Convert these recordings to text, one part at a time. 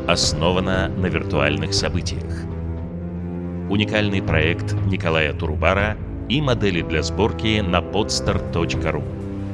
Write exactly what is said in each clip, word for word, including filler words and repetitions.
основана на виртуальных событиях. Уникальный проект Николая Турубара и модели для сборки на подстар точка ру.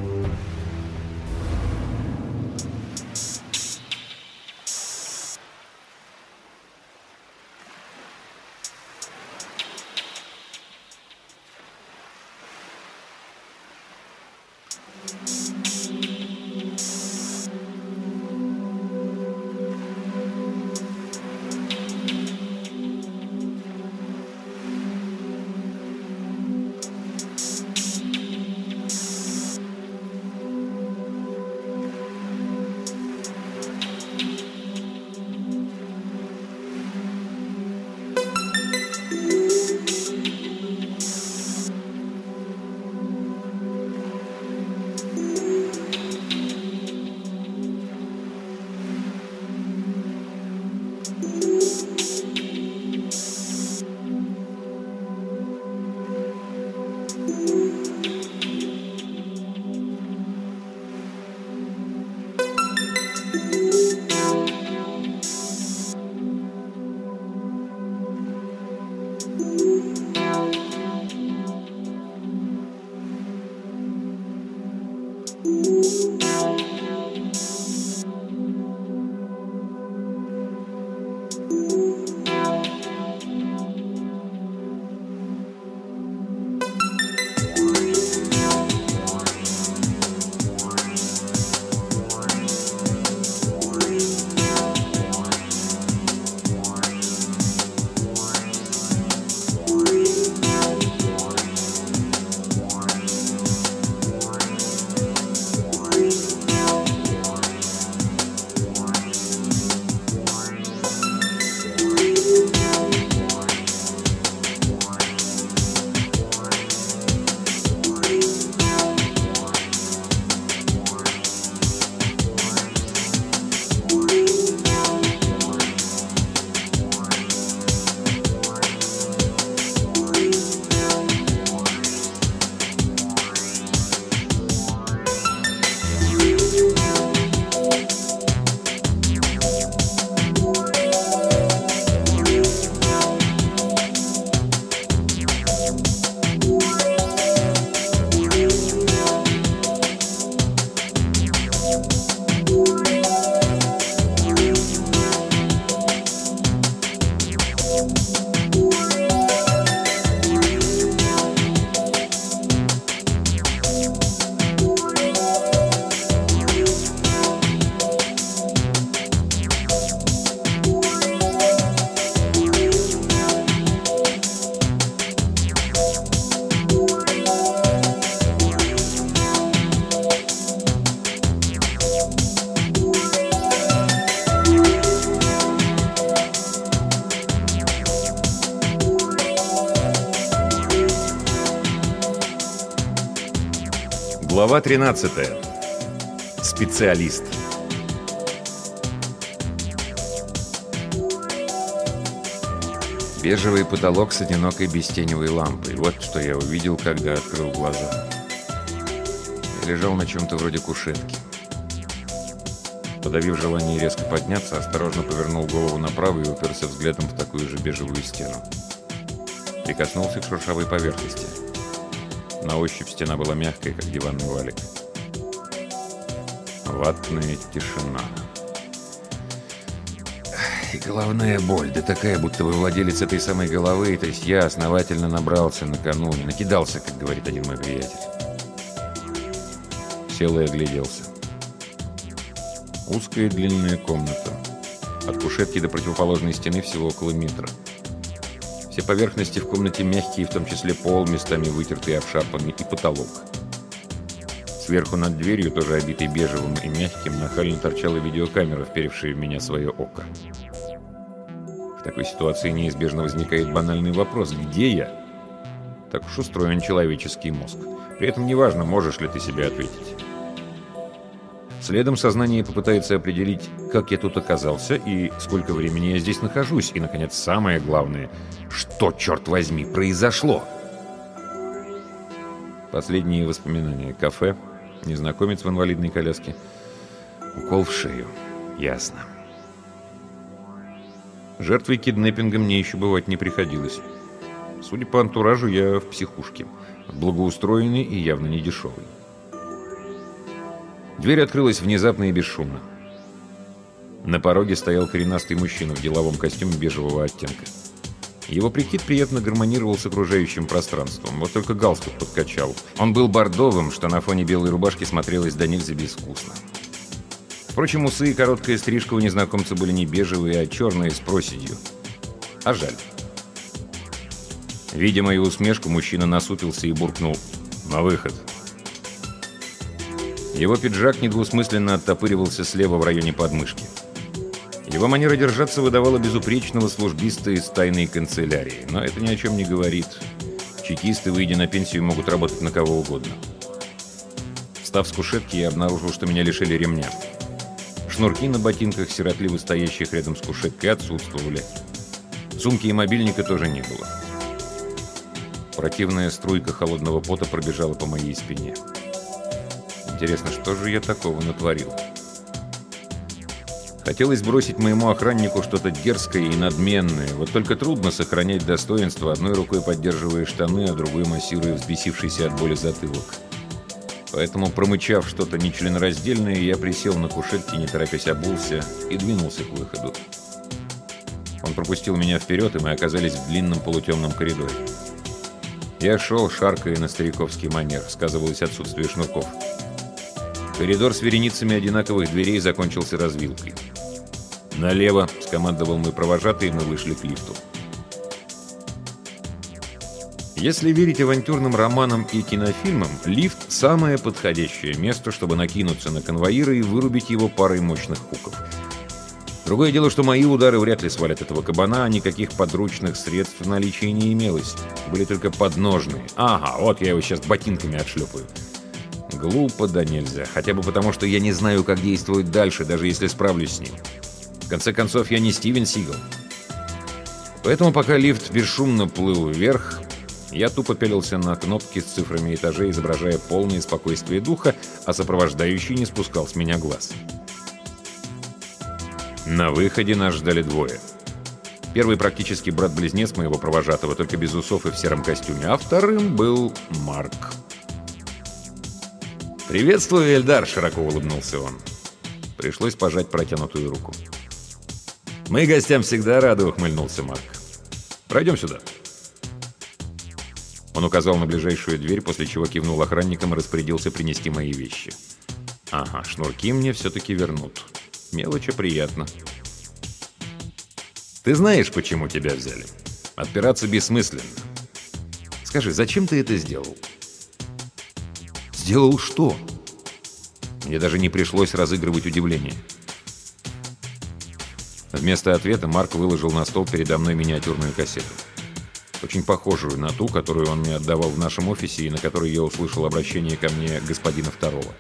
Глава тринадцатая. Специалист. Бежевый потолок с одинокой бестеневой лампой. Вот что я увидел, когда открыл глаза. Я лежал на чем-то вроде кушетки. Подавив желание резко подняться, осторожно повернул голову направо и уперся взглядом в такую же бежевую стену. Прикоснулся к шершавой поверхности. На ощупь стена была мягкой, как диванный валик. Ватная тишина. И головная боль, да такая, будто бы владелец этой самой головы, то есть я, основательно набрался накануне, накидался, как говорит один мой приятель. Сел и огляделся. Узкая длинная комната. От кушетки до противоположной стены всего около метра. Все поверхности в комнате мягкие, в том числе пол, местами вытертый, обшарпанный, и потолок. Сверху над дверью, тоже обитой бежевым и мягким, нахально торчала видеокамера, вперевшая в меня свое око. В такой ситуации неизбежно возникает банальный вопрос: где я? Так уж устроен человеческий мозг. При этом неважно, можешь ли ты себе ответить. Следом сознание попытается определить, как я тут оказался и сколько времени я здесь нахожусь. И, наконец, самое главное, что, черт возьми, произошло? Последние воспоминания. Кафе, незнакомец в инвалидной коляске, укол в шею. Ясно. Жертвой киднеппинга мне еще бывать не приходилось. Судя по антуражу, я в психушке. Благоустроенный и явно не дешевый. Дверь открылась внезапно и бесшумно. На пороге стоял коренастый мужчина в деловом костюме бежевого оттенка. Его прикид приятно гармонировал с окружающим пространством, вот только галстук подкачал. Он был бордовым, что на фоне белой рубашки смотрелось до нельзя безвкусно. Впрочем, усы и короткая стрижка у незнакомца были не бежевые, а черные с проседью. А жаль. Видя мою усмешку, мужчина насупился и буркнул: «На выход». Его пиджак недвусмысленно оттопыривался слева в районе подмышки. Его манера держаться выдавала безупречного службиста из тайной канцелярии, но это ни о чем не говорит. Чекисты, выйдя на пенсию, могут работать на кого угодно. Встав с кушетки, я обнаружил, что меня лишили ремня. Шнурки на ботинках, сиротливо стоящих рядом с кушеткой, отсутствовали. Сумки и мобильника тоже не было. Противная струйка холодного пота пробежала по моей спине. Интересно, что же я такого натворил? Хотелось бросить моему охраннику что-то дерзкое и надменное, вот только трудно сохранять достоинство, одной рукой поддерживая штаны, а другой массируя взбесившийся от боли затылок. Поэтому, промычав что-то нечленораздельное, я присел на кушетке, не торопясь обулся, и двинулся к выходу. Он пропустил меня вперед, и мы оказались в длинном полутемном коридоре. Я шел, шаркая на стариковский манер, сказывалось отсутствие шнурков. Коридор с вереницами одинаковых дверей закончился развилкой. «Налево!» — скомандовал мой провожатый, и мы вышли к лифту. Если верить авантюрным романам и кинофильмам, лифт – самое подходящее место, чтобы накинуться на конвоира и вырубить его парой мощных хуков. Другое дело, что мои удары вряд ли свалят этого кабана, а никаких подручных средств в наличии не имелось. Были только подножные. Ага, вот я его сейчас ботинками отшлепаю. Глупо да нельзя. Хотя бы потому, что я не знаю, как действовать дальше, даже если справлюсь с ним. В конце концов, я не Стивен Сигал. Поэтому пока лифт бесшумно плыл вверх, я тупо пялился на кнопки с цифрами этажей, изображая полное спокойствие духа, а сопровождающий не спускал с меня глаз. На выходе нас ждали двое. Первый практически брат-близнец моего провожатого, только без усов и в сером костюме, а вторым был Марк. «Приветствую, Эльдар!» — широко улыбнулся он. Пришлось пожать протянутую руку. «Мы гостям всегда рады!» — ухмыльнулся Марк. «Пройдем сюда!» Он указал на ближайшую дверь, после чего кивнул охранникам и распорядился принести мои вещи. Ага, шнурки мне все-таки вернут. Мелочь, а приятно. «Ты знаешь, почему тебя взяли? Отпираться бессмысленно. Скажи, зачем ты это сделал?» «Сделал что?» Мне даже не пришлось разыгрывать удивление. Вместо ответа Марк выложил на стол передо мной миниатюрную кассету. Очень похожую на ту, которую он мне отдавал в нашем офисе и на которой я услышал обращение ко мне господина второго.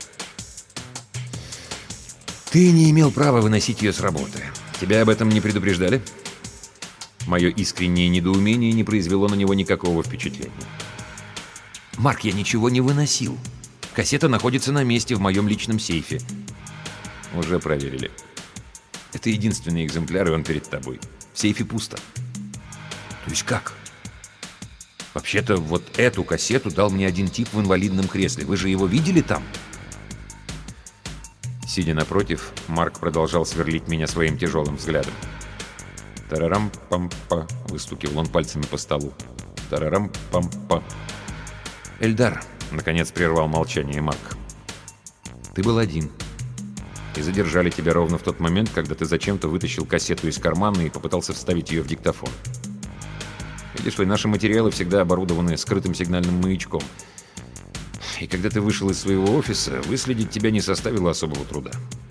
«Ты не имел права выносить ее с работы. Тебя об этом не предупреждали?» Мое искреннее недоумение не произвело на него никакого впечатления. «Марк, я ничего не выносил. Кассета находится на месте в моем личном сейфе». «Уже проверили. Это единственный экземпляр, и он перед тобой. В сейфе пусто». «То есть как?» «Вообще-то вот эту кассету дал мне один тип в инвалидном кресле. Вы же его видели там?» Сидя напротив, Марк продолжал сверлить меня своим тяжелым взглядом. «Тарарам-пам-па», — выстукивал он пальцами по столу. «Тарарам-пам-па». «Эльдар», — наконец прервал молчание Марк, — «ты был один. И задержали тебя ровно в тот момент, когда ты зачем-то вытащил кассету из кармана и попытался вставить ее в диктофон. Видишь ли, наши материалы всегда оборудованы скрытым сигнальным маячком. И когда ты вышел из своего офиса, выследить тебя не составило особого труда».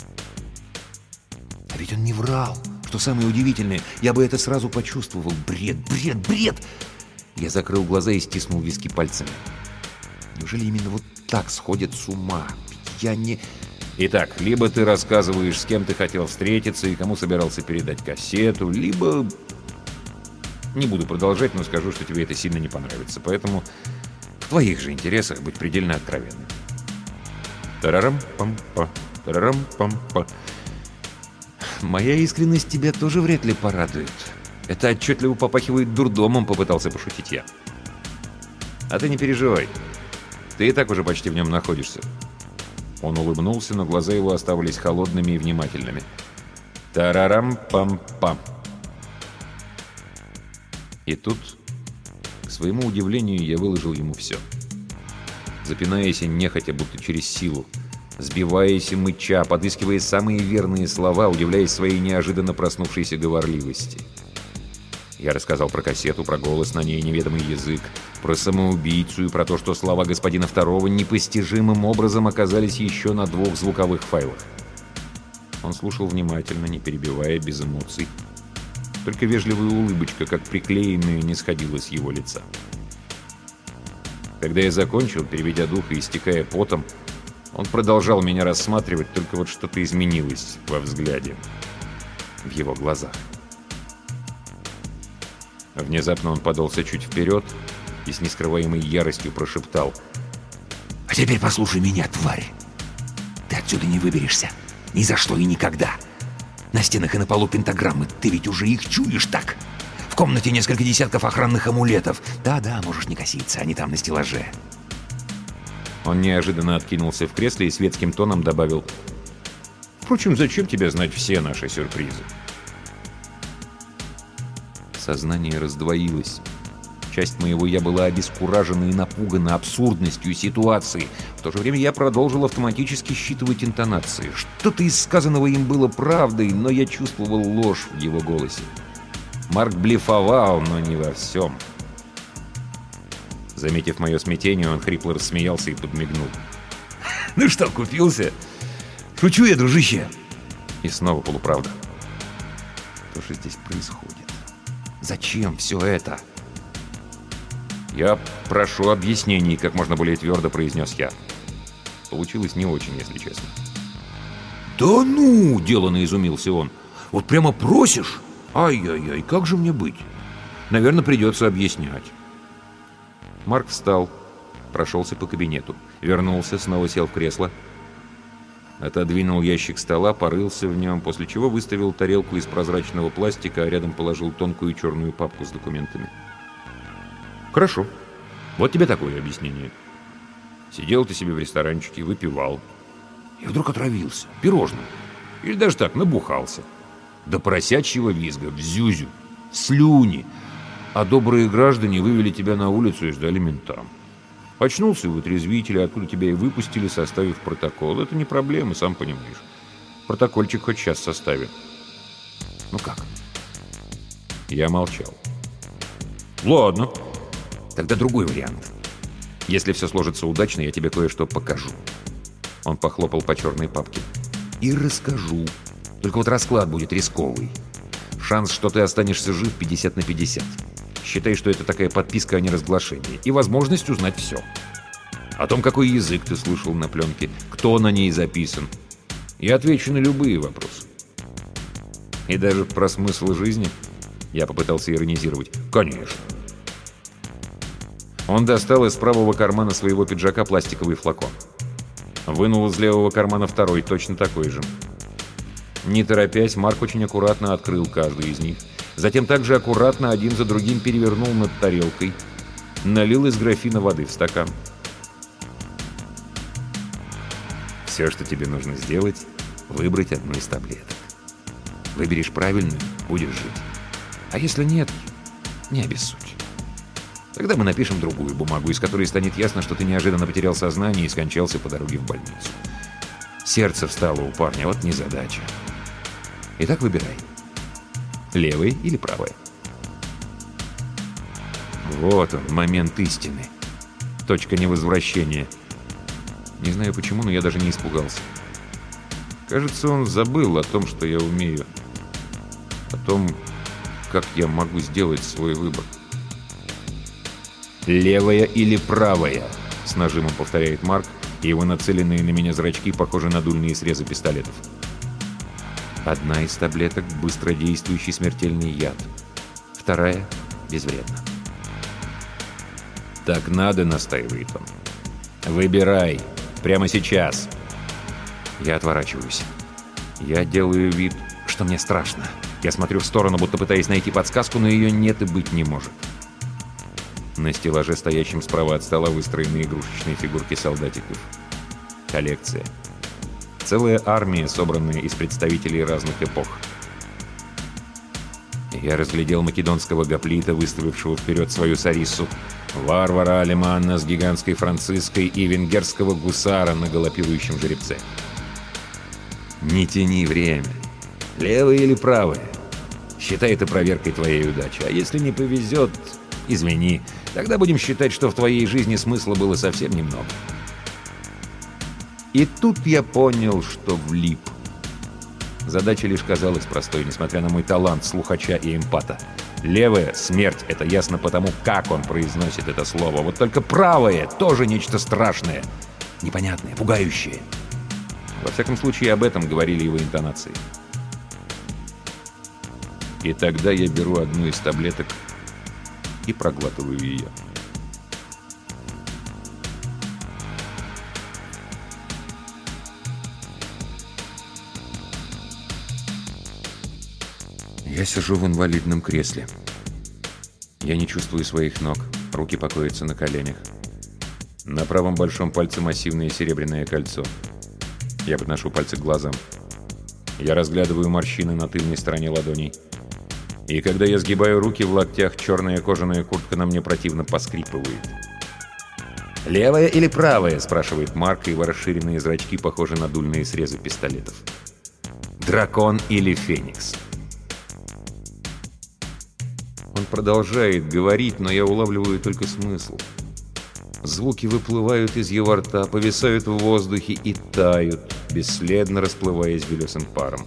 «А ведь он не врал. Что самое удивительное, я бы это сразу почувствовал. Бред, бред, бред!» Я закрыл глаза и стиснул виски пальцами. Неужели именно вот так сходят с ума? Я не... «Итак, либо ты рассказываешь, с кем ты хотел встретиться и кому собирался передать кассету, либо...» Не буду продолжать, но скажу, что тебе это сильно не понравится. Поэтому в твоих же интересах быть предельно откровенным. Тарарам-пам-па, тарарам-пам-па. Моя искренность тебя тоже вряд ли порадует. Это отчетливо попахивает дурдомом, попытался пошутить я. А ты не переживай. Ты и так уже почти в нем находишься. Он улыбнулся, но глаза его оставались холодными и внимательными. Тарарам-пам-пам. И тут, к своему удивлению, я выложил ему все. Запинаясь и нехотя, будто через силу, сбиваясь и мыча, подыскивая самые верные слова, удивляясь своей неожиданно проснувшейся говорливости. Я рассказал про кассету, про голос на ней, неведомый язык, про самоубийцу и про то, что слова господина Второго непостижимым образом оказались еще на двух звуковых файлах. Он слушал внимательно, не перебивая, без эмоций. Только вежливая улыбочка, как приклеенная, не сходила с его лица. Когда я закончил, переведя дух и истекая потом, он продолжал меня рассматривать, только вот что-то изменилось во взгляде, в его глазах. Внезапно он подался чуть вперед и с нескрываемой яростью прошептал: «А теперь послушай меня, тварь! Ты отсюда не выберешься! Ни за что и никогда! На стенах и на полу пентаграммы, ты ведь уже их чуешь так! В комнате несколько десятков охранных амулетов! Да-да, можешь не коситься, они там на стеллаже!» Он неожиданно откинулся в кресле и светским тоном добавил: «Впрочем, зачем тебе знать все наши сюрпризы?» Сознание раздвоилось. Часть моего «я» была обескуражена и напугана абсурдностью ситуации. В то же время я продолжил автоматически считывать интонации. Что-то из сказанного им было правдой, но я чувствовал ложь в его голосе. Марк блефовал, но не во всем. Заметив мое смятение, он хрипло рассмеялся и подмигнул. «Ну что, купился? Шучу я, дружище!» И снова полуправда. Что же здесь происходит? Зачем все это? «Я прошу объяснений», — как можно более твердо произнес я. Получилось не очень, если честно. «Да ну!» — деланно изумился он. «Вот прямо просишь? Ай-яй-яй, как же мне быть? Наверное, придется объяснять». Марк встал, прошелся по кабинету, вернулся, снова сел в кресло, отодвинул ящик стола, порылся в нем, после чего выставил тарелку из прозрачного пластика, а рядом положил тонкую черную папку с документами. «Хорошо. Вот тебе такое объяснение. Сидел ты себе в ресторанчике, выпивал. И вдруг отравился. Пирожным. Или даже так, набухался. До поросячьего визга, в зюзю, в слюни. А добрые граждане вывели тебя на улицу и сдали ментам. Очнулся в отрезвителе, откуда тебя и выпустили, составив протокол. Это не проблема, сам понимаешь. Протокольчик хоть сейчас составим. Ну как?» Я молчал. «Ладно. Тогда другой вариант. Если все сложится удачно, я тебе кое-что покажу». Он похлопал по черной папке. «И расскажу. Только вот расклад будет рисковый. Шанс, что ты останешься жив, пятьдесят на пятьдесят. Считай, что это такая подписка о неразглашении. И возможность узнать все. О том, какой язык ты слышал на пленке, кто на ней записан. Я отвечу на любые вопросы. И даже про смысл жизни?» Я попытался иронизировать. «Конечно». Он достал из правого кармана своего пиджака пластиковый флакон. Вынул из левого кармана второй, точно такой же. Не торопясь, Марк очень аккуратно открыл каждый из них. Затем также аккуратно один за другим перевернул над тарелкой. Налил из графина воды в стакан. «Все, что тебе нужно сделать, выбрать одну из таблеток. Выберешь правильную — будешь жить. А если нет, не обессудь. Тогда мы напишем другую бумагу, из которой станет ясно, что ты неожиданно потерял сознание и скончался по дороге в больницу. Сердце встало у парня, вот незадача. Итак, выбирай. Левое или правое?» Вот он, момент истины. Точка невозвращения. Не знаю почему, но я даже не испугался. Кажется, он забыл о том, что я умею. О том, как я могу сделать свой выбор. «Левая или правая?» — с нажимом повторяет Марк, и его нацеленные на меня зрачки похожи на дульные срезы пистолетов. Одна из таблеток — быстродействующий смертельный яд. Вторая — безвредна. «Так надо», — настаивает он. «Выбирай. Прямо сейчас». Я отворачиваюсь. Я делаю вид, что мне страшно. Я смотрю в сторону, будто пытаясь найти подсказку, но ее нет и быть не может. На стеллаже, стоящем справа от стола, выстроены игрушечные фигурки солдатиков. Коллекция. Целая армия, собранная из представителей разных эпох. Я разглядел македонского гоплита, выставившего вперед свою сариссу, варвара Алиманна с гигантской франциской и венгерского гусара на галопирующем жеребце. Не тяни время. Левое или правое? Считай это проверкой твоей удачи. А если не повезет, извини. Тогда будем считать, что в твоей жизни смысла было совсем немного. И тут я понял, что влип. Задача лишь казалась простой, несмотря на мой талант слухача и эмпата. Левое — смерть, это ясно потому, как он произносит это слово. Вот только правое — тоже нечто страшное, непонятное, пугающее. Во всяком случае, об этом говорили его интонации. И тогда я беру одну из таблеток и проглатываю ее. Я сижу в инвалидном кресле. Я не чувствую своих ног, руки покоятся на коленях. На правом большом пальце массивное серебряное кольцо. Я подношу пальцы к глазам. Я разглядываю морщины на тыльной стороне ладоней. И когда я сгибаю руки в локтях, черная кожаная куртка на мне противно поскрипывает. «Левая или правая?» — спрашивает Марк, и его расширенные зрачки похожи на дульные срезы пистолетов. «Дракон или феникс?» Он продолжает говорить, но я улавливаю только смысл. Звуки выплывают из его рта, повисают в воздухе и тают, бесследно расплываясь белесым паром.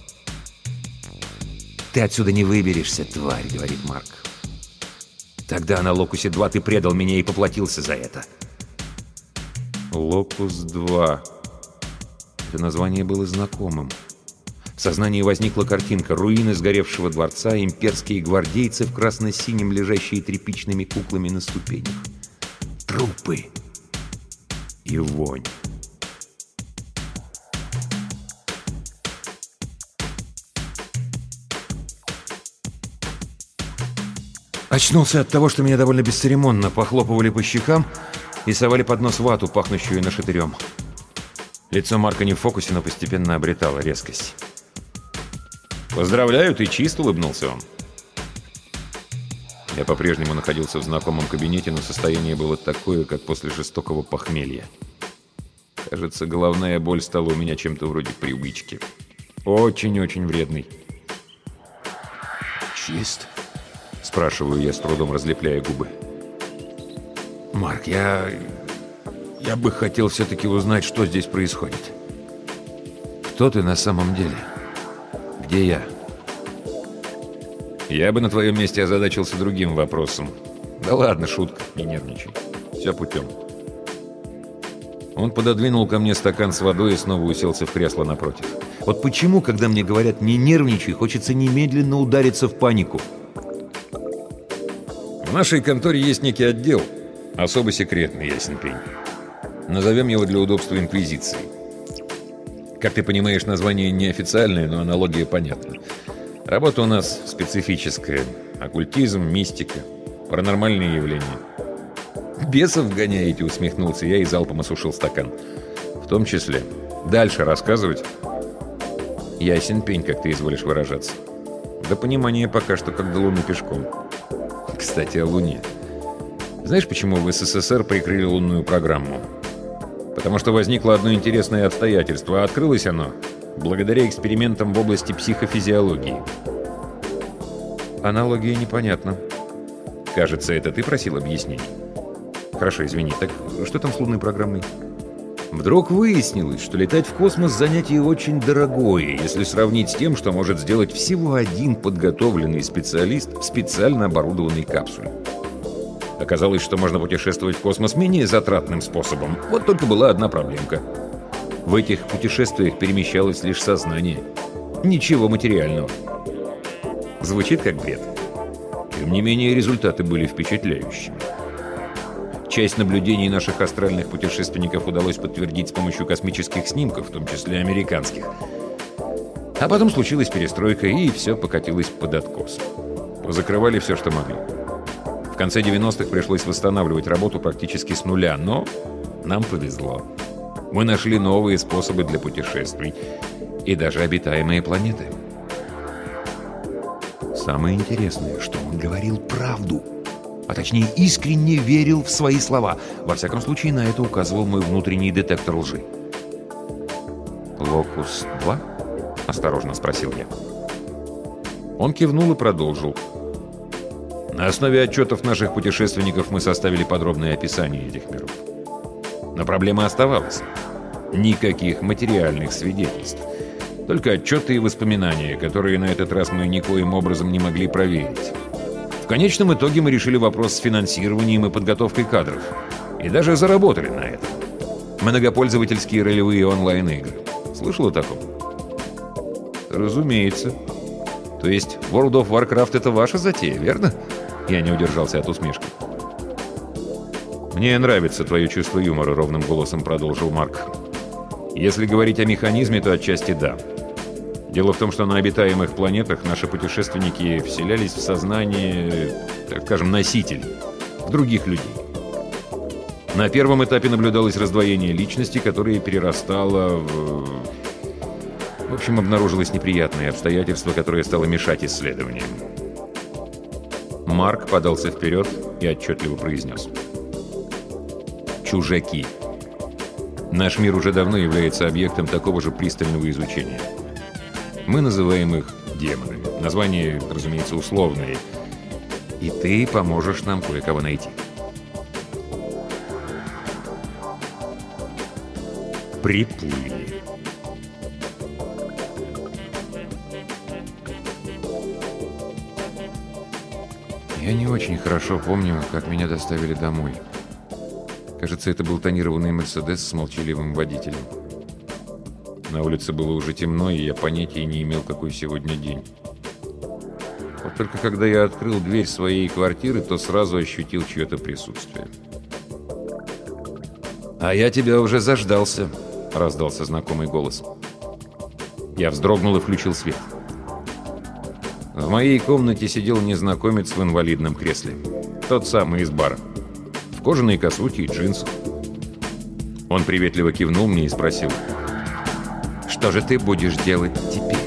«Ты отсюда не выберешься, тварь», — говорит Марк. «Тогда на Локусе-два ты предал меня и поплатился за это». Локус-два. Это название было знакомым. В сознании возникла картинка: руины сгоревшего дворца, имперские гвардейцы в красно-синем, лежащие тряпичными куклами на ступенях. Трупы и вонь. Очнулся от того, что меня довольно бесцеремонно похлопывали по щекам и совали под нос вату, пахнущую нашатырем. Лицо Марка не в фокусе, но постепенно обретало резкость. «Поздравляю, ты чист», — улыбнулся он. Я по-прежнему находился в знакомом кабинете, но состояние было такое, как после жестокого похмелья. Кажется, головная боль стала у меня чем-то вроде привычки. Очень-очень вредной. «Чист?» — спрашиваю я, с трудом разлепляя губы. «Марк, я... я бы хотел все-таки узнать, что здесь происходит. Кто ты на самом деле? Где я?» «Я бы на твоем месте озадачился другим вопросом. Да ладно, шутка, не нервничай. Все путем». Он пододвинул ко мне стакан с водой и снова уселся в кресло напротив. Вот почему, когда мне говорят «не нервничай», хочется немедленно удариться в панику? В нашей конторе есть некий отдел, особо секретный, ясен пень. Назовем его для удобства инквизицией. Как ты понимаешь, название неофициальное, но аналогия понятна. Работа у нас специфическая. Оккультизм, мистика, паранормальные явления. «Бесов гоняете», — усмехнулся я и залпом осушил стакан. «В том числе. Дальше рассказывать?» «Ясен пень, как ты изволишь выражаться. До понимания пока что как до Луны пешком. Кстати, о Луне. Знаешь, почему в СССР прикрыли лунную программу? Потому что возникло одно интересное обстоятельство, а открылось оно благодаря экспериментам в области психофизиологии». «Аналогия непонятна». «Кажется, это ты просил объяснений?» «Хорошо, извини. Так что там с лунной программой?» Вдруг выяснилось, что летать в космос занятие очень дорогое, если сравнить с тем, что может сделать всего один подготовленный специалист в специально оборудованной капсуле. Оказалось, что можно путешествовать в космос менее затратным способом. Вот только была одна проблемка. В этих путешествиях перемещалось лишь сознание. Ничего материального. Звучит как бред. Тем не менее, результаты были впечатляющими. Часть наблюдений наших астральных путешественников удалось подтвердить с помощью космических снимков, в том числе американских. А потом случилась перестройка, и все покатилось под откос. Позакрывали все, что могли. В конце девяностых пришлось восстанавливать работу практически с нуля, но нам повезло. Мы нашли новые способы для путешествий и даже обитаемые планеты. Самое интересное, что он говорил правду. А точнее, искренне верил в свои слова. Во всяком случае, на это указывал мой внутренний детектор лжи. «Локус два?» — осторожно спросил я. Он кивнул и продолжил. На основе отчетов наших путешественников мы составили подробное описание этих миров. Но проблема оставалась. Никаких материальных свидетельств. Только отчеты и воспоминания, которые на этот раз мы никоим образом не могли проверить. В конечном итоге мы решили вопрос с финансированием и подготовкой кадров. И даже заработали на этом. Многопользовательские ролевые онлайн-игры. Слышал о таком? Разумеется. То есть World of Warcraft — это ваша затея, верно? Я не удержался от усмешки. «Мне нравится твое чувство юмора», — ровным голосом продолжил Марк. «Если говорить о механизме, то отчасти да. Дело в том, что на обитаемых планетах наши путешественники вселялись в сознание, так скажем, носителей, в других людей. На первом этапе наблюдалось раздвоение личности, которое перерастало в... В общем, обнаружилось неприятное обстоятельство, которое стало мешать исследованиям». Марк подался вперед и отчетливо произнес. «Чужаки. Наш мир уже давно является объектом такого же пристального изучения. Мы называем их демонами. Название, разумеется, условное. И ты поможешь нам кое-кого найти». Приплыли. Я не очень хорошо помню, как меня доставили домой. Кажется, это был тонированный «Мерседес» с молчаливым водителем. На улице было уже темно, и я понятия не имел, какой сегодня день. Вот только когда я открыл дверь своей квартиры, то сразу ощутил чье-то присутствие. «А я тебя уже заждался», — раздался знакомый голос. Я вздрогнул и включил свет. В моей комнате сидел незнакомец в инвалидном кресле. Тот самый из бара. В кожаной косухе и джинсах. Он приветливо кивнул мне и спросил: «Что же ты будешь делать теперь?»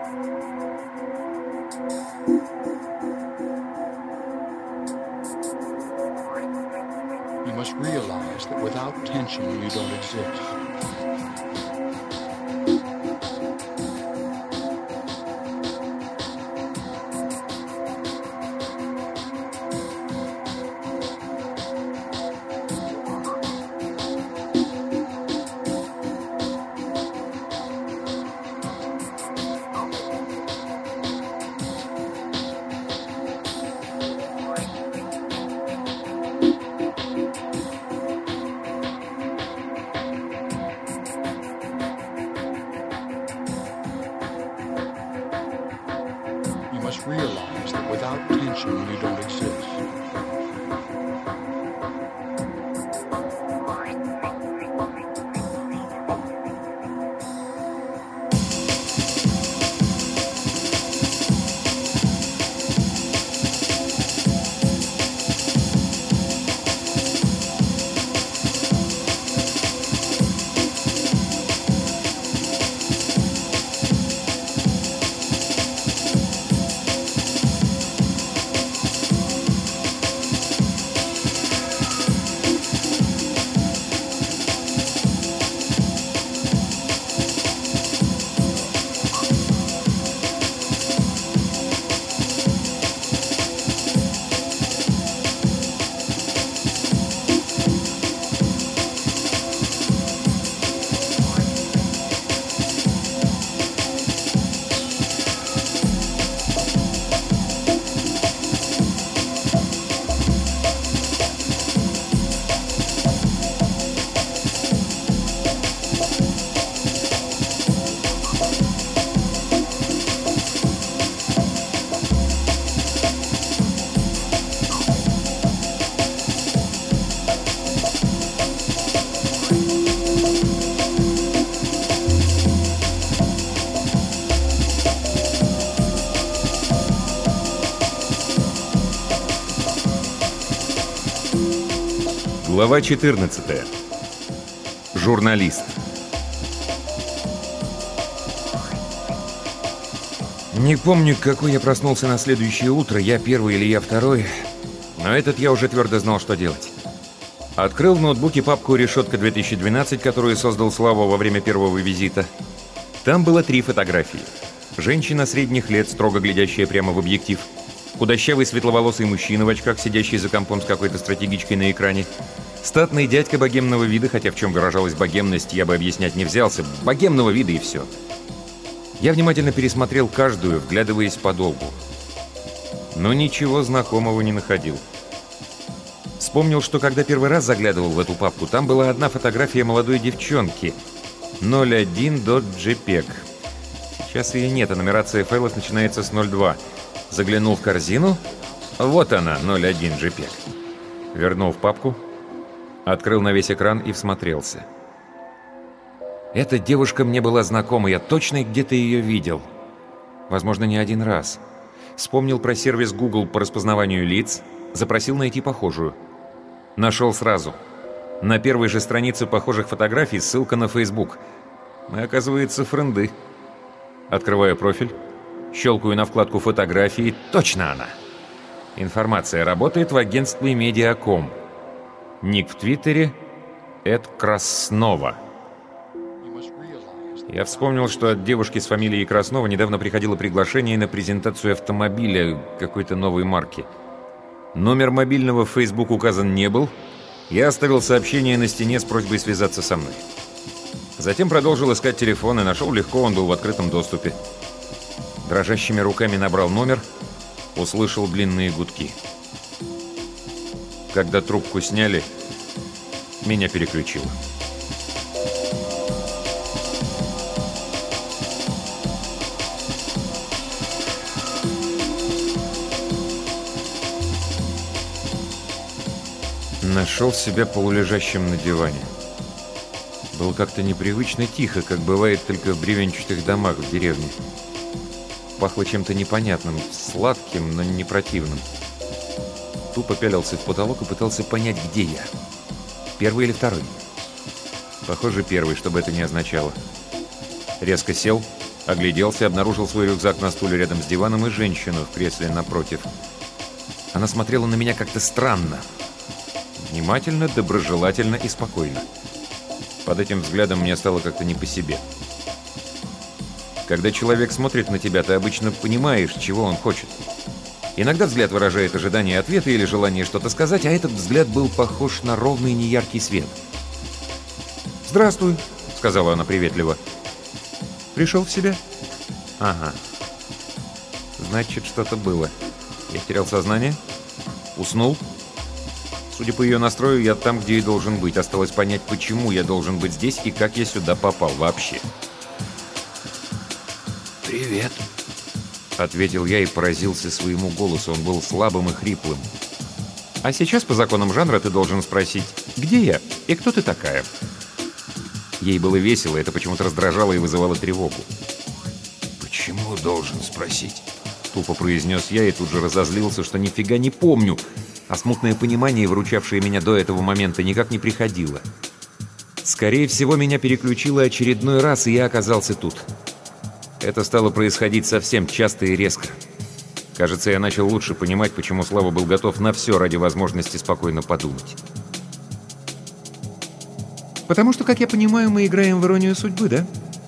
You must realize that without tension, you don't exist. Realize that without tension, you don't exist. Глава четырнадцатая. Журналист. Не помню, какой я проснулся на следующее утро, я первый или я второй, но этот я уже твердо знал, что делать. Открыл в ноутбуке папку «Решетка две тысячи двенадцать», которую создал Слава во время первого визита. Там было три фотографии. Женщина средних лет, строго глядящая прямо в объектив. Худощавый светловолосый мужчина в очках, сидящий за компом с какой-то стратегичкой на экране. Статный дядька богемного вида, хотя в чем выражалась богемность, я бы объяснять не взялся. Богемного вида и все. Я внимательно пересмотрел каждую, вглядываясь подолгу. Но ничего знакомого не находил. Вспомнил, что когда первый раз заглядывал в эту папку, там была одна фотография молодой девчонки. ноль один .jpeg. Сейчас ее нет, а нумерация файлов начинается с ноль два. Заглянул в корзину. Вот она, ноль один .jpeg. Вернул в папку. Открыл на весь экран и всмотрелся. Эта девушка мне была знакома, я точно где-то ее видел. Возможно, не один раз. Вспомнил про сервис Google по распознаванию лиц, запросил найти похожую. Нашел сразу. На первой же странице похожих фотографий ссылка на Facebook. Мы, оказывается, френды. Открываю профиль, щелкаю на вкладку фотографии. Точно она! Информация. Работает в агентстве Mediacom. Ник в Твиттере Эд Краснова. Я вспомнил, что от девушки с фамилией Краснова недавно приходило приглашение на презентацию автомобиля какой-то новой марки. Номер мобильного в Facebook указан не был. Я оставил сообщение на стене с просьбой связаться со мной. Затем продолжил искать телефон и нашел легко, он был в открытом доступе. Дрожащими руками набрал номер, услышал длинные гудки. Когда трубку сняли, меня переключило. Нашел себя полулежащим на диване. Было как-то непривычно тихо, как бывает только в бревенчатых домах в деревне. Пахло чем-то непонятным, сладким, но не противным. Тупо пялился в потолок и пытался понять, где я. Первый или второй? Похоже, первый, что бы это ни означало. Резко сел, Огляделся, обнаружил свой рюкзак на стуле рядом с диваном и женщину в кресле напротив. Она смотрела на меня как-то странно. Внимательно, доброжелательно и спокойно. Под этим взглядом мне стало как-то не по себе. Когда человек смотрит на тебя, ты обычно понимаешь, чего он хочет. Иногда взгляд выражает ожидание ответа или желание что-то сказать, а этот взгляд был похож на ровный неяркий свет. «Здравствуй», — сказала она приветливо. «Пришел в себя?» «Ага. Значит, что-то было. Я терял сознание? Уснул?» Судя по ее настрою, я там, где и должен быть. Осталось понять, почему я должен быть здесь и как я сюда попал вообще. «Привет», — ответил я и поразился своему голосу. Он был слабым и хриплым. «А сейчас, по законам жанра, ты должен спросить, где я и кто ты такая?» Ей было весело, это почему-то раздражало и вызывало тревогу. «Почему должен спросить?» — тупо произнес я и тут же разозлился, что нифига не помню, а смутное понимание, выручавшее меня до этого момента, никак не приходило. Скорее всего, меня переключило очередной раз, и я оказался тут. Это стало происходить совсем часто и резко. Кажется, я начал лучше понимать, почему Слава был готов на все ради возможности спокойно подумать. «Потому что, как я понимаю, мы играем в иронию судьбы, да?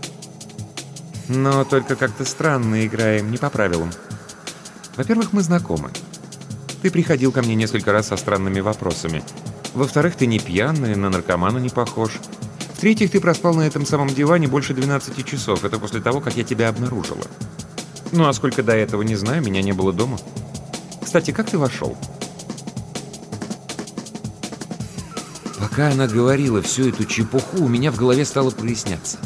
Но только как-то странно играем, не по правилам. Во-первых, мы знакомы. Ты приходил ко мне несколько раз со странными вопросами. Во-вторых, ты не пьяный, на наркомана не похож. В-третьих, ты проспал на этом самом диване больше двенадцати часов. Это после того, как я тебя обнаружила. Ну, а сколько до этого, не знаю, меня не было дома. Кстати, как ты вошел?» Пока она говорила всю эту чепуху, у меня в голове стало проясняться.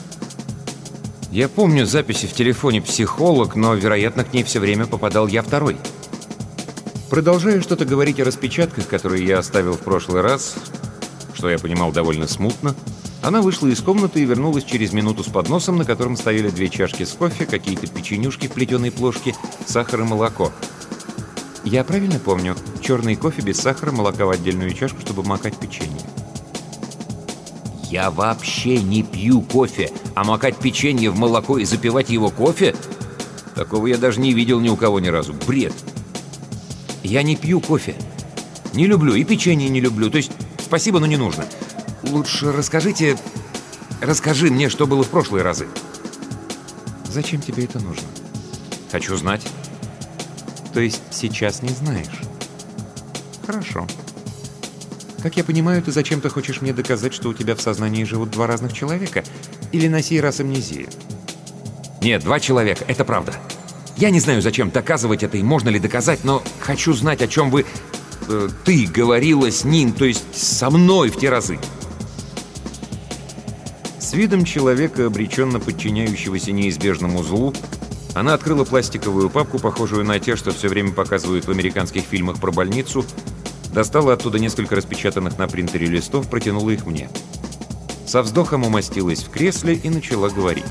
Я помню записи в телефоне «Психолог», но, вероятно, к ней все время попадал я второй. Продолжая что-то говорить о распечатках, которые я оставил в прошлый раз, что я понимал довольно смутно, она вышла из комнаты и вернулась через минуту с подносом, на котором стояли две чашки с кофе, какие-то печенюшки в плетеной плошке, сахар и молоко. Я правильно помню? Черный кофе без сахара, молока в отдельную чашку, чтобы макать печенье. Я вообще не пью кофе, а макать печенье в молоко и запивать его кофе? Такого я даже не видел ни у кого ни разу. Бред. Я не пью кофе. Не люблю и печенье не люблю. То есть спасибо, но не нужно. Лучше расскажите... Расскажи мне, что было в прошлые разы. Зачем тебе это нужно? Хочу знать. То есть сейчас не знаешь? Хорошо. Как я понимаю, ты зачем-то хочешь мне доказать, что у тебя в сознании живут два разных человека? Или на сей раз амнезия? Нет, два человека, это правда. Я не знаю, зачем доказывать это и можно ли доказать, но хочу знать, о чем вы... Э, ты говорила с ним, то есть со мной в те разы. С видом человека, обреченно подчиняющегося неизбежному злу, она открыла пластиковую папку, похожую на те, что все время показывают в американских фильмах про больницу, достала оттуда несколько распечатанных на принтере листов, протянула их мне. Со вздохом умостилась в кресле и начала говорить.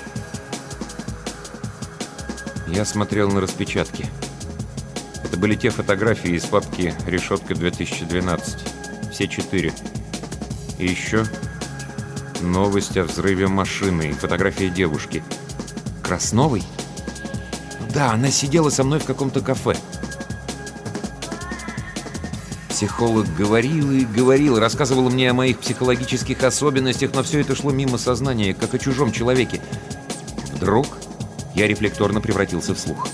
Я смотрел на распечатки. Это были те фотографии из папки «Решетка две тысячи двенадцать». Все четыре. И еще новость о взрыве машины и фотография девушки. Красновой? Да, она сидела со мной в каком-то кафе. Психолог говорил и говорил, рассказывал мне о моих психологических особенностях, но все это шло мимо сознания, как о чужом человеке. Вдруг я рефлекторно превратился в слух.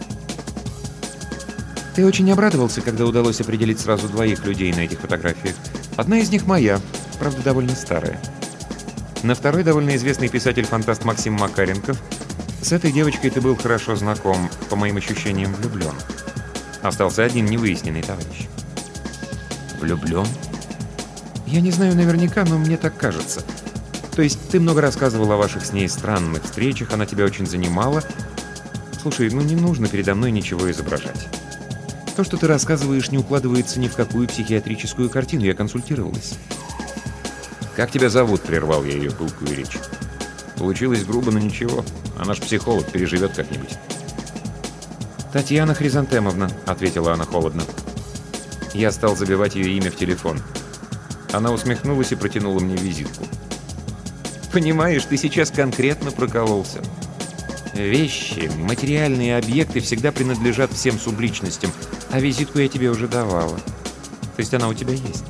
Ты очень обрадовался, когда удалось определить сразу двоих людей на этих фотографиях. Одна из них моя, правда, довольно старая. На второй довольно известный писатель-фантаст Максим Макаренков. С этой девочкой ты был хорошо знаком, по моим ощущениям, влюблен. Остался один невыясненный товарищ. Влюблен? Я не знаю наверняка, но мне так кажется. То есть ты много рассказывал о ваших с ней странных встречах, она тебя очень занимала. Слушай, ну не нужно передо мной ничего изображать. То, что ты рассказываешь, не укладывается ни в какую психиатрическую картину, я консультировалась. «Как тебя зовут?» — прервал я ее пылкую речь. Получилось грубо, но ничего. А наш психолог переживет как-нибудь. «Татьяна Хризантемовна», — ответила она холодно. Я стал забивать ее имя в телефон. Она усмехнулась и протянула мне визитку. «Понимаешь, ты сейчас конкретно прокололся. Вещи, материальные объекты всегда принадлежат всем субличностям, а визитку я тебе уже давала. То есть она у тебя есть.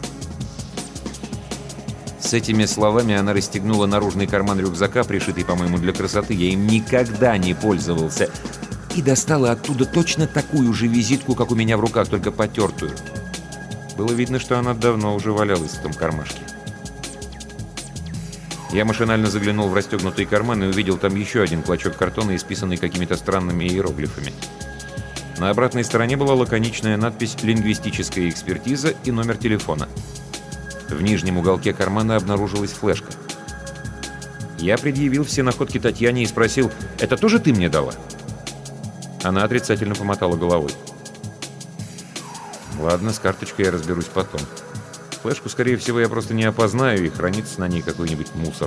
С этими словами она расстегнула наружный карман рюкзака, пришитый, по-моему, для красоты. Я им никогда не пользовался. И достала оттуда точно такую же визитку, как у меня в руках, только потертую. Было видно, что она давно уже валялась в том кармашке. Я машинально заглянул в расстегнутый карман и увидел там еще один клочок картона, исписанный какими-то странными иероглифами. На обратной стороне была лаконичная надпись «Лингвистическая экспертиза» и номер телефона. В нижнем уголке кармана обнаружилась флешка. Я предъявил все находки Татьяне и спросил: «Это тоже ты мне дала?» Она отрицательно помотала головой. «Ладно, с карточкой я разберусь потом. Флешку, скорее всего, я просто не опознаю, и хранится на ней какой-нибудь мусор».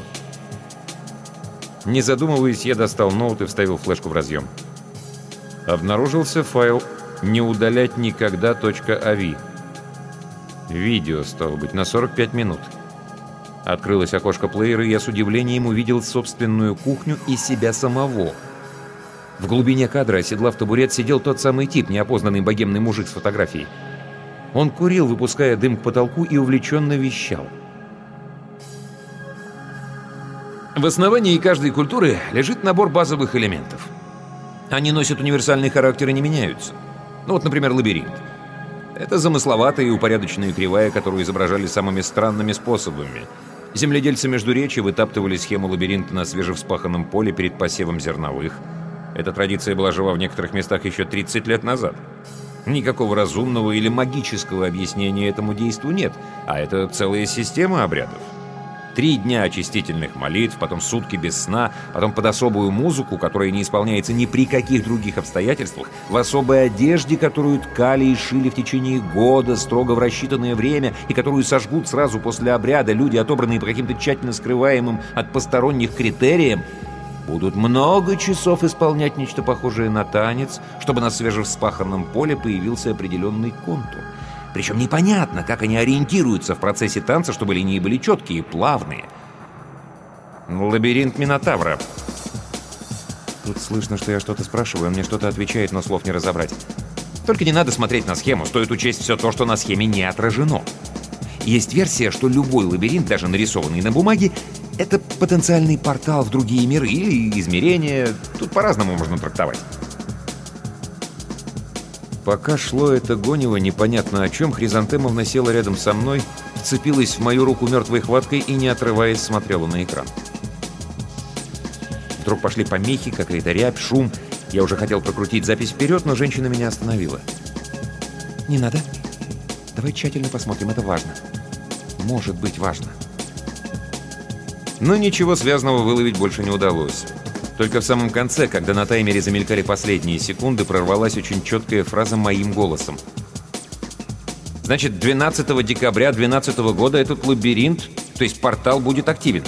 Не задумываясь, я достал ноут и вставил флешку в разъем. Обнаружился файл «Не удалять никогда .avi». Видео, стало быть, на сорок пять минут. Открылось окошко плеера, и я с удивлением увидел собственную кухню и себя самого. В глубине кадра, оседлав табурет, сидел тот самый тип, неопознанный богемный мужик с фотографией. Он курил, выпуская дым к потолку, и увлеченно вещал. В основании каждой культуры лежит набор базовых элементов. Они носят универсальный характер и не меняются. Ну вот, например, лабиринт. Это замысловатая и упорядоченная кривая, которую изображали самыми странными способами. Земледельцы Междуречья вытаптывали схему лабиринта на свежевспаханном поле перед посевом зерновых. Эта традиция была жива в некоторых местах еще тридцать лет назад. Никакого разумного или магического объяснения этому действу нет, а это целая система обрядов. Три дня очистительных молитв, потом сутки без сна, потом под особую музыку, которая не исполняется ни при каких других обстоятельствах, в особой одежде, которую ткали и шили в течение года, строго в рассчитанное время, и которую сожгут сразу после обряда люди, отобранные по каким-то тщательно скрываемым от посторонних критериям, будут много часов исполнять нечто похожее на танец, чтобы на свежевспаханном поле появился определенный контур. Причем непонятно, как они ориентируются в процессе танца, чтобы линии были четкие и плавные. Лабиринт Минотавра. Тут слышно, что я что-то спрашиваю, он мне что-то отвечает, но слов не разобрать. Только не надо смотреть на схему, стоит учесть все то, что на схеме не отражено. Есть версия, что любой лабиринт, даже нарисованный на бумаге, это потенциальный портал в другие миры или измерения. Тут по-разному можно трактовать. Пока шло это гонево непонятно о чем, Хризантемовна села рядом со мной, вцепилась в мою руку мертвой хваткой и, не отрываясь, смотрела на экран. Вдруг пошли помехи, какая-то рябь, шум. Я уже хотел прокрутить запись вперед, но женщина меня остановила. «Не надо. Давай тщательно посмотрим, это важно. Может быть важно». Но ничего связанного выловить больше не удалось. Только в самом конце, когда на таймере замелькали последние секунды, прорвалась очень четкая фраза моим голосом. «Значит, двенадцатого декабря две тысячи двенадцатого года этот лабиринт, то есть портал, будет активен».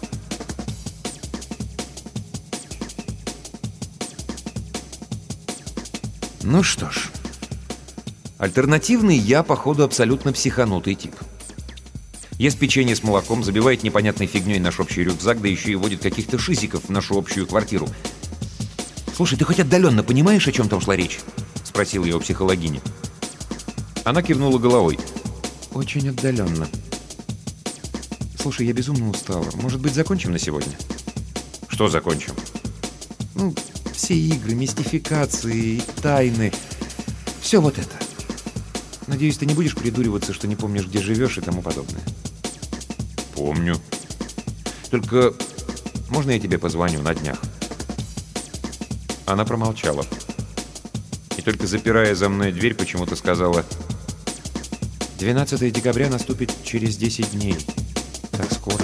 Ну что ж, альтернативный я, походу, абсолютно психанутый тип. Ест печенье с молоком, забивает непонятной фигней наш общий рюкзак, да еще и водит каких-то шизиков в нашу общую квартиру. «Слушай, ты хоть отдаленно понимаешь, о чем там шла речь?» — спросил я у психологини. Она кивнула головой. «Очень отдаленно. Слушай, я безумно устала. Может быть, закончим на сегодня?» «Что закончим?» «Ну, все игры, мистификации, тайны. Все вот это. Надеюсь, ты не будешь придуриваться, что не помнишь, где живешь и тому подобное». «Помню. Только можно я тебе позвоню на днях?» Она промолчала. И только запирая за мной дверь, почему-то сказала: двенадцатого декабря наступит через десять дней. Так скоро».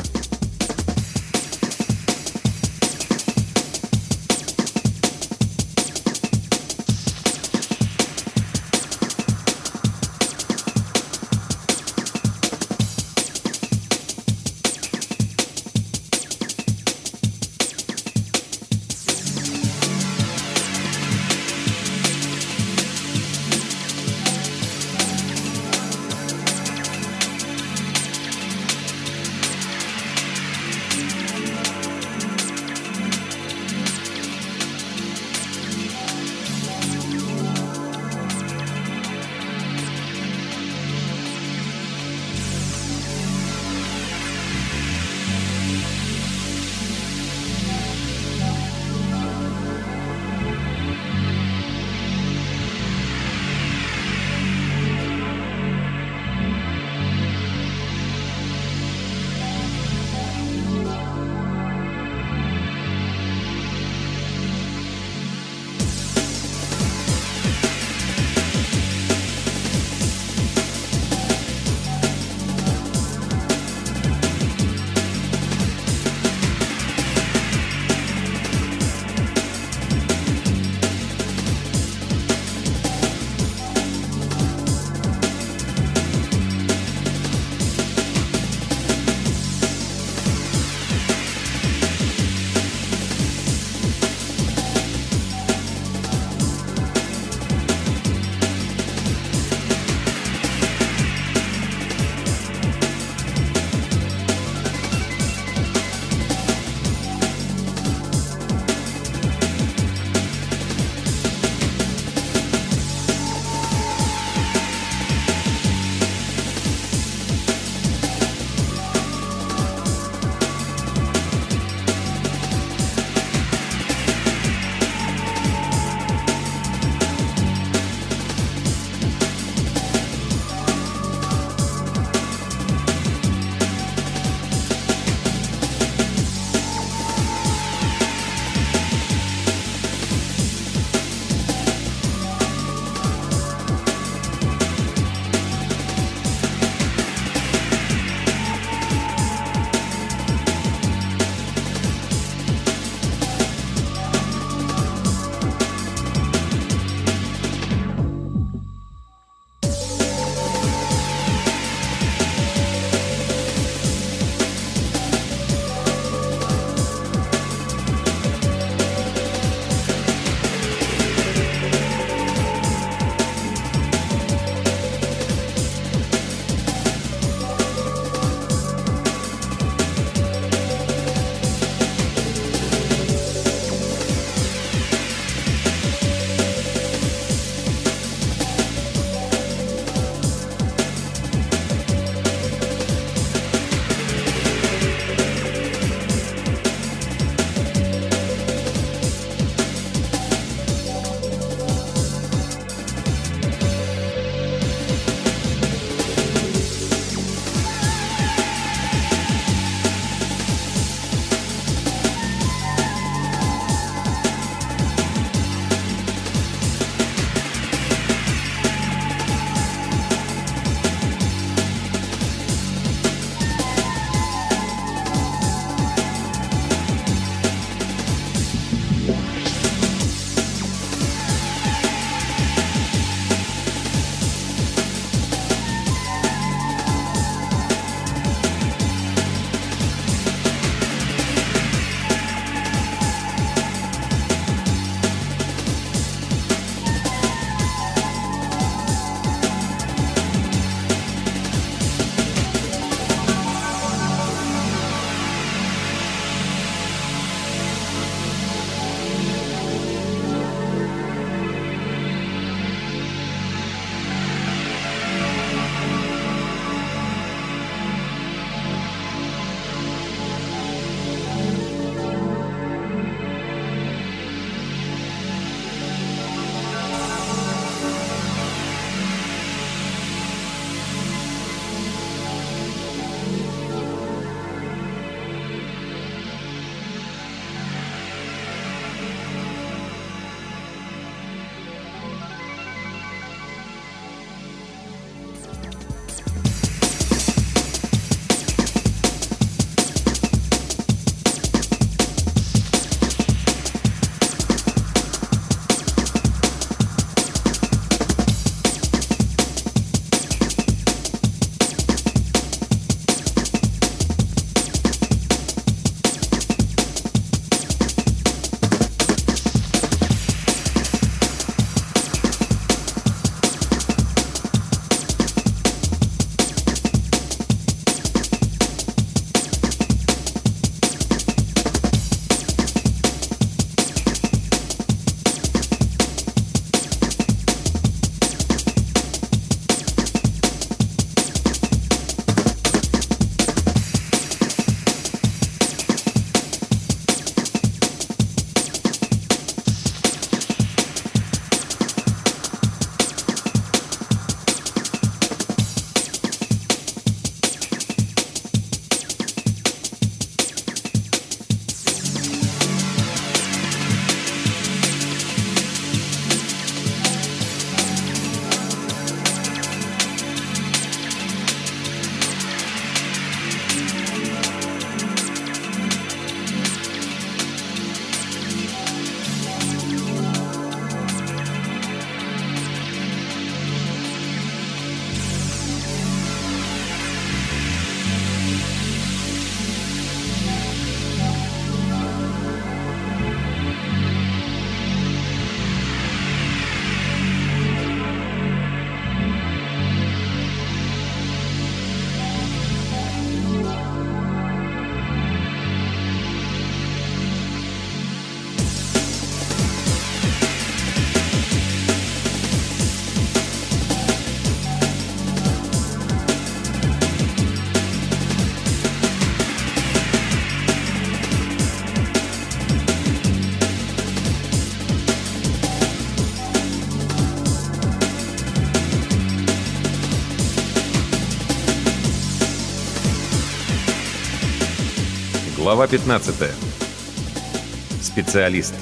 Глава пятнадцатая. Специалист.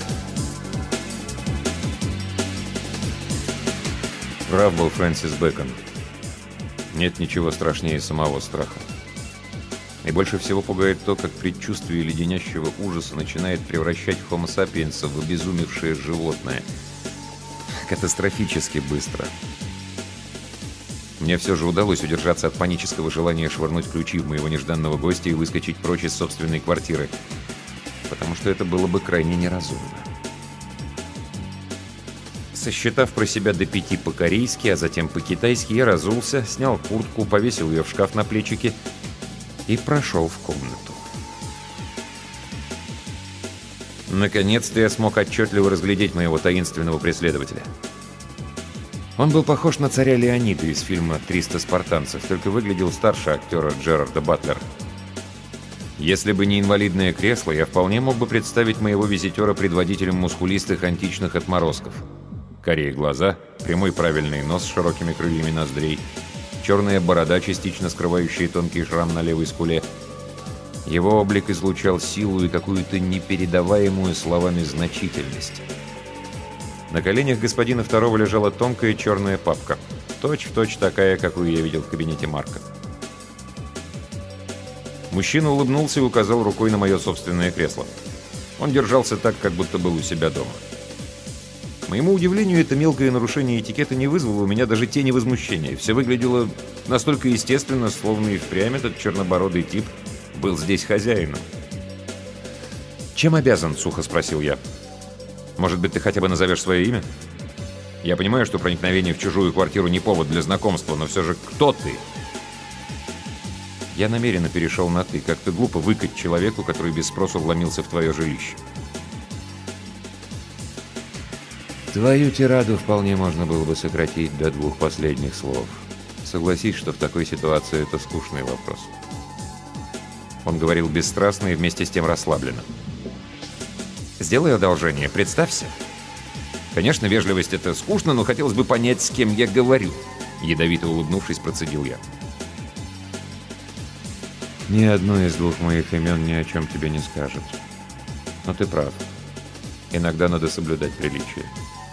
Прав был Фрэнсис Бэкон. Нет ничего страшнее самого страха. И больше всего пугает то, как предчувствие леденящего ужаса начинает превращать Homo sapiens в обезумевшее животное. Катастрофически быстро. Мне все же удалось удержаться от панического желания швырнуть ключи в моего нежданного гостя и выскочить прочь из собственной квартиры, потому что это было бы крайне неразумно. Сосчитав про себя до пяти по-корейски, а затем по-китайски, я разулся, снял куртку, повесил ее в шкаф на плечики и прошел в комнату. Наконец-то я смог отчетливо разглядеть моего таинственного преследователя. Он был похож на царя Леонида из фильма «триста спартанцев», только выглядел старше актера Джерарда Батлера. Если бы не инвалидное кресло, я вполне мог бы представить моего визитера предводителем мускулистых античных отморозков. Карие глаза, прямой правильный нос с широкими крыльями ноздрей, черная борода, частично скрывающая тонкий шрам на левой скуле. Его облик излучал силу и какую-то непередаваемую словами значительность. На коленях господина второго лежала тонкая черная папка, точь-в-точь такая, какую я видел в кабинете Марка. Мужчина улыбнулся и указал рукой на мое собственное кресло. Он держался так, как будто был у себя дома. К моему удивлению, это мелкое нарушение этикета не вызвало у меня даже тени возмущения. Все выглядело настолько естественно, словно и впрямь этот чернобородый тип был здесь хозяином. «Чем обязан?» — сухо спросил я. «Может быть, ты хотя бы назовешь свое имя? Я понимаю, что проникновение в чужую квартиру не повод для знакомства, но все же кто ты?» Я намеренно перешел на «ты». Как-то глупо выкать человеку, который без спросу вломился в твое жилище. Твою тираду вполне можно было бы сократить до двух последних слов. Согласись, что в такой ситуации это скучный вопрос. Он говорил бесстрастно и вместе с тем расслабленно. «Сделай одолжение, представься». «Конечно, вежливость — это скучно, но хотелось бы понять, с кем я говорю», — ядовито улыбнувшись, процедил я. «Ни одно из двух моих имен ни о чем тебе не скажет. Но ты прав. Иногда надо соблюдать приличие.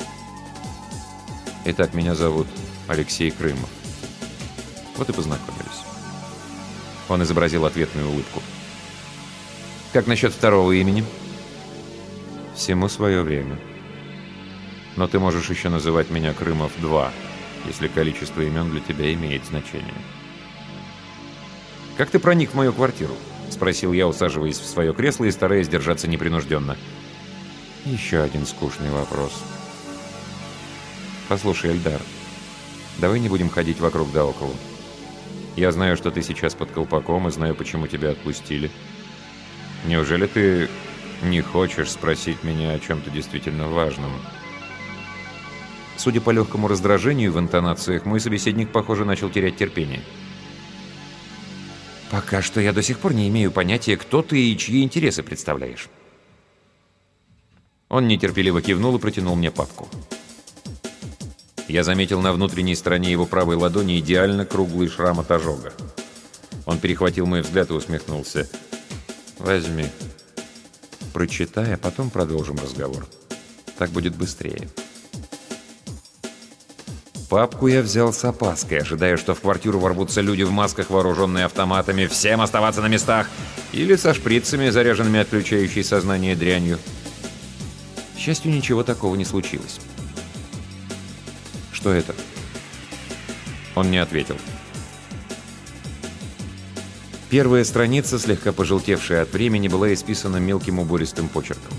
Итак, меня зовут Алексей Крымов. Вот и познакомились». Он изобразил ответную улыбку. «Как насчет второго имени?» «Всему свое время. Но ты можешь еще называть меня Крымов-два, если количество имен для тебя имеет значение». «Как ты проник в мою квартиру?» — спросил я, усаживаясь в свое кресло и стараясь держаться непринужденно. «Еще один скучный вопрос. Послушай, Эльдар, давай не будем ходить вокруг да около. Я знаю, что ты сейчас под колпаком, и знаю, почему тебя отпустили. Неужели ты не хочешь спросить меня о чем-то действительно важном?» Судя по легкому раздражению в интонациях, мой собеседник, похоже, начал терять терпение. «Пока что я до сих пор не имею понятия, кто ты и чьи интересы представляешь». Он нетерпеливо кивнул и протянул мне папку. Я заметил на внутренней стороне его правой ладони идеально круглый шрам от ожога. Он перехватил мой взгляд и усмехнулся. «Возьми. Прочитай, а потом продолжим разговор. Так будет быстрее». Папку я взял с опаской, ожидая, что в квартиру ворвутся люди в масках, вооруженные автоматами, всем оставаться на местах, или со шприцами, заряженными отключающей сознание дрянью. К счастью, ничего такого не случилось. «Что это?» Он не ответил. Первая страница, слегка пожелтевшая от времени, была исписана мелким убористым почерком.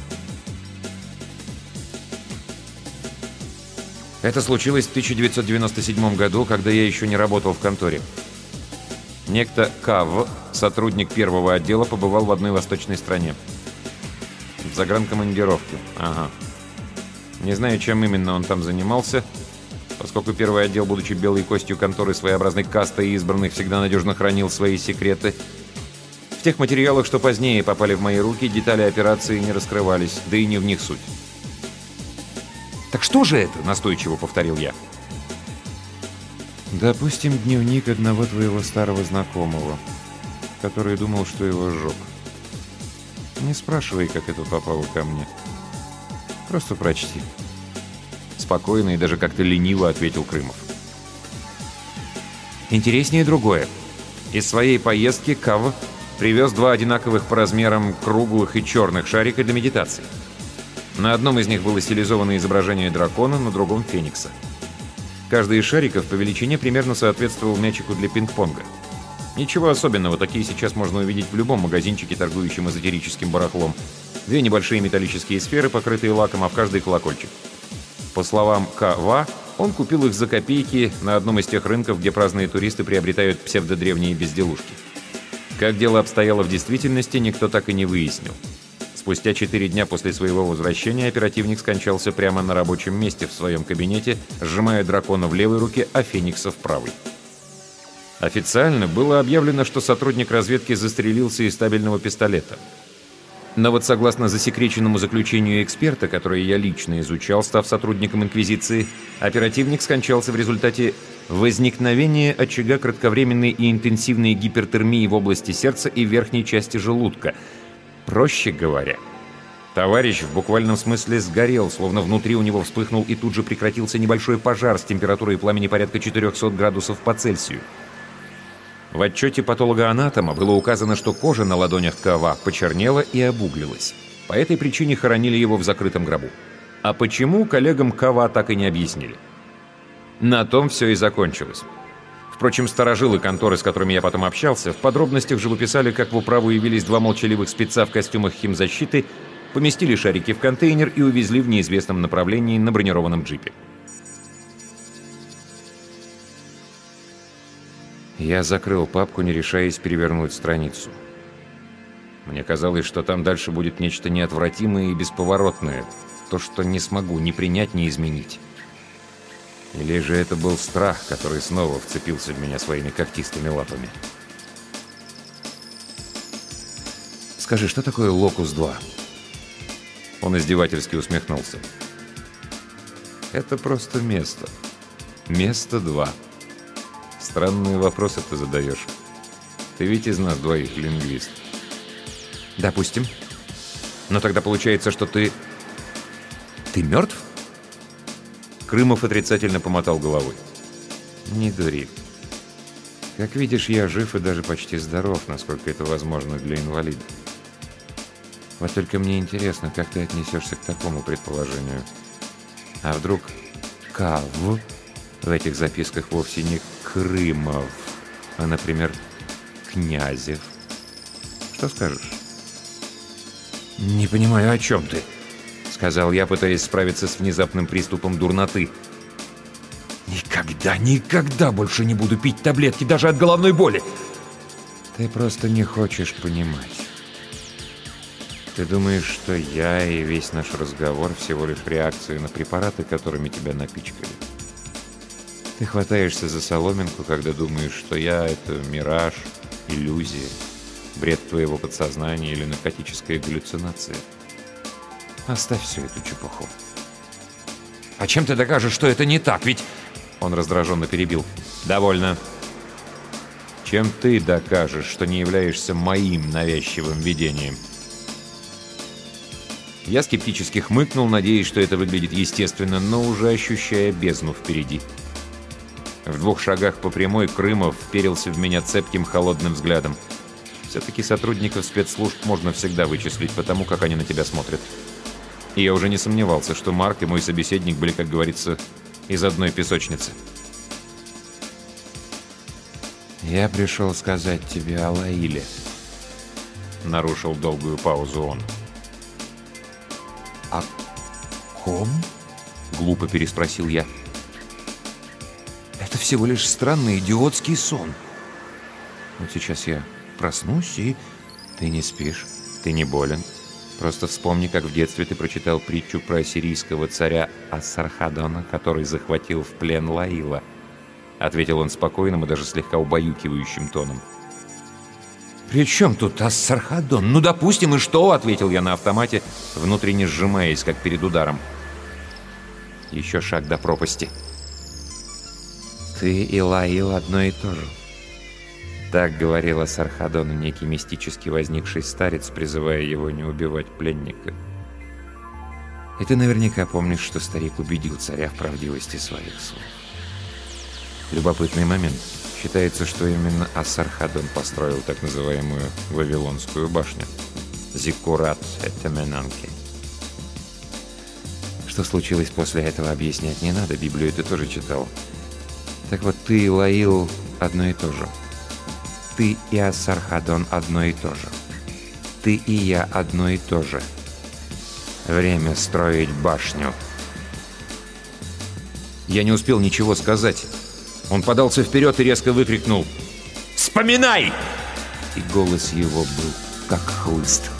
Это случилось в тысяча девятьсот девяносто седьмом году, когда я еще не работал в конторе. Некто Кав, сотрудник первого отдела, побывал в одной восточной стране. В загранкомандировке. Ага. Не знаю, чем именно он там занимался, поскольку первый отдел, будучи белой костью конторы своеобразной кастой избранных, всегда надежно хранил свои секреты. В тех материалах, что позднее попали в мои руки, детали операции не раскрывались, да и не в них суть. «Так что же это?» — настойчиво повторил я. «Допустим, дневник одного твоего старого знакомого, который думал, что его сжег. Не спрашивай, как это попало ко мне. Просто прочти. Спокойно и даже как-то лениво ответил Крымов. Интереснее другое. Из своей поездки Кав привез два одинаковых по размерам круглых и черных шарика для медитации. На одном из них было стилизованное изображение дракона, на другом — феникса. Каждый из шариков по величине примерно соответствовал мячику для пинг-понга. Ничего особенного, такие сейчас можно увидеть в любом магазинчике, торгующем эзотерическим барахлом. Две небольшие металлические сферы, покрытые лаком, а в каждой колокольчик. По словам Кава, он купил их за копейки на одном из тех рынков, где праздные туристы приобретают псевдодревние безделушки. Как дело обстояло в действительности, никто так и не выяснил. Спустя четыре дня после своего возвращения оперативник скончался прямо на рабочем месте в своем кабинете, сжимая дракона в левой руке, а феникса в правой. Официально было объявлено, что сотрудник разведки застрелился из стабильного пистолета. Но вот согласно засекреченному заключению эксперта, которое я лично изучал, став сотрудником Инквизиции, оперативник скончался в результате возникновения очага кратковременной и интенсивной гипертермии в области сердца и верхней части желудка. Проще говоря, товарищ в буквальном смысле сгорел, словно внутри у него вспыхнул и тут же прекратился небольшой пожар с температурой пламени порядка четырехсот градусов по Цельсию. В отчете патологоанатома было указано, что кожа на ладонях Кава почернела и обуглилась. По этой причине хоронили его в закрытом гробу. А почему, коллегам Кава так и не объяснили. На том все и закончилось. Впрочем, старожилы конторы, с которыми я потом общался, в подробностях живописали, как в управу явились два молчаливых спеца в костюмах химзащиты, поместили шарики в контейнер и увезли в неизвестном направлении на бронированном джипе. Я закрыл папку, не решаясь перевернуть страницу. Мне казалось, что там дальше будет нечто неотвратимое и бесповоротное, то, что не смогу ни принять, ни изменить. Или же это был страх, который снова вцепился в меня своими когтистыми лапами. «Скажи, что такое Локус два?» Он издевательски усмехнулся. «Это просто место. Место два. Странные вопросы ты задаешь. Ты ведь из нас двоих лингвист». «Допустим. Но тогда получается, что ты... Ты мертв?» Крымов отрицательно помотал головой. «Не дури. Как видишь, я жив и даже почти здоров, насколько это возможно для инвалида. Вот только мне интересно, как ты отнесешься к такому предположению. А вдруг Кав в этих записках вовсе не Крымов, а, например, Князев? Что скажешь?» «Не понимаю, о чем ты?» — сказал я, пытаясь справиться с внезапным приступом дурноты. «Никогда, никогда больше не буду пить таблетки, даже от головной боли!» «Ты просто не хочешь понимать. Ты думаешь, что я и весь наш разговор всего лишь реакции на препараты, которыми тебя напичкали. Ты хватаешься за соломинку, когда думаешь, что я — это мираж, иллюзия, бред твоего подсознания или наркотическая галлюцинация. Оставь всю эту чепуху». «А чем ты докажешь, что это не так? Ведь...» Он раздраженно перебил. «Довольно. Чем ты докажешь, что не являешься моим навязчивым видением?» Я скептически хмыкнул, надеясь, что это выглядит естественно, но уже ощущая бездну впереди. В двух шагах по прямой Крымов вперился в меня цепким холодным взглядом. Все-таки сотрудников спецслужб можно всегда вычислить по тому, как они на тебя смотрят. И я уже не сомневался, что Марк и мой собеседник были, как говорится, из одной песочницы. «Я пришел сказать тебе о Лаиле», — нарушил долгую паузу он. «О ком?» — глупо переспросил я. «Это всего лишь странный идиотский сон. Вот сейчас я проснусь, и ты не спишь, ты не болен. Просто вспомни, как в детстве ты прочитал притчу про ассирийского царя Ассархадона, который захватил в плен Лаила», — ответил он спокойным и даже слегка убаюкивающим тоном. «При чем тут Ассархадон? Ну, допустим, и что?» — ответил я на автомате, внутренне сжимаясь, как перед ударом. Еще шаг до пропасти. «Ты и Лаил одно и то же. Так говорил о Сархадону некий мистически возникший старец, призывая его не убивать пленника. И ты наверняка помнишь, что старик убедил царя в правдивости своих слов. Любопытный момент. Считается, что именно Асархадон построил так называемую Вавилонскую башню. Зиккурат Этеменанки. Что случилось после этого, объяснять не надо, Библию ты тоже читал. Так вот, ты и Лаил одно и то же. Ты и Асархадон одно и то же. Ты и я одно и то же. Время строить башню. Я не успел ничего сказать. Он подался вперед и резко выкрикнул: «Вспоминай!» И голос его был как хлыст.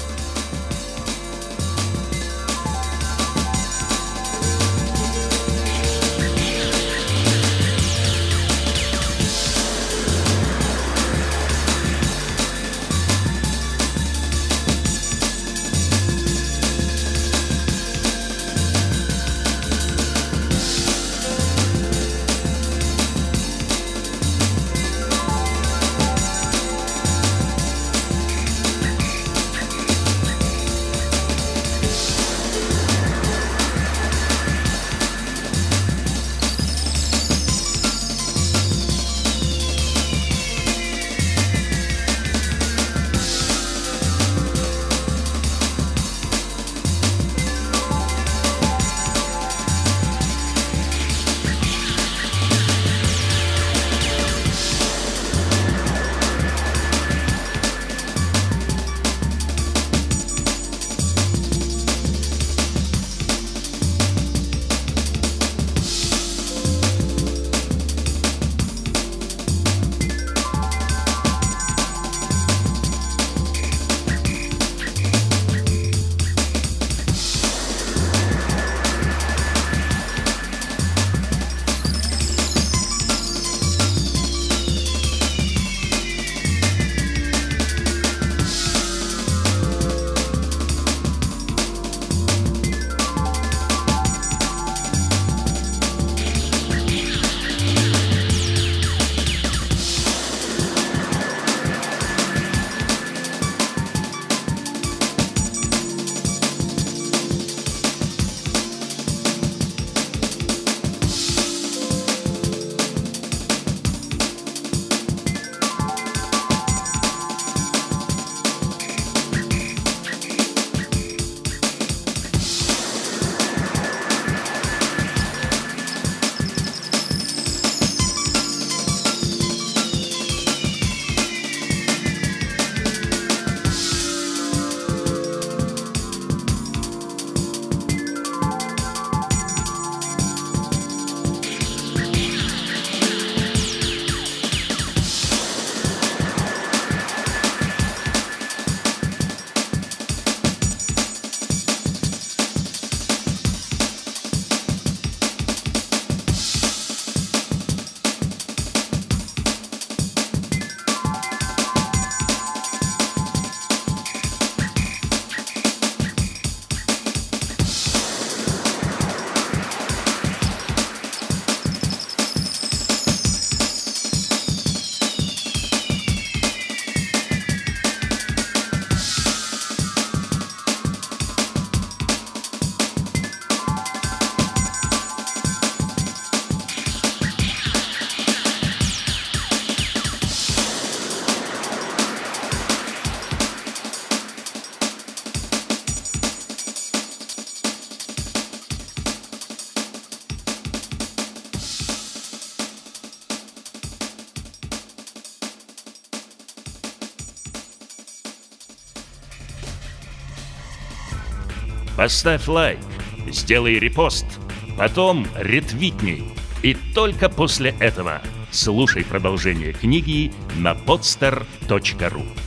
Поставь лайк, сделай репост, потом ретвитни. И только после этого слушай продолжение книги на podster точка ru.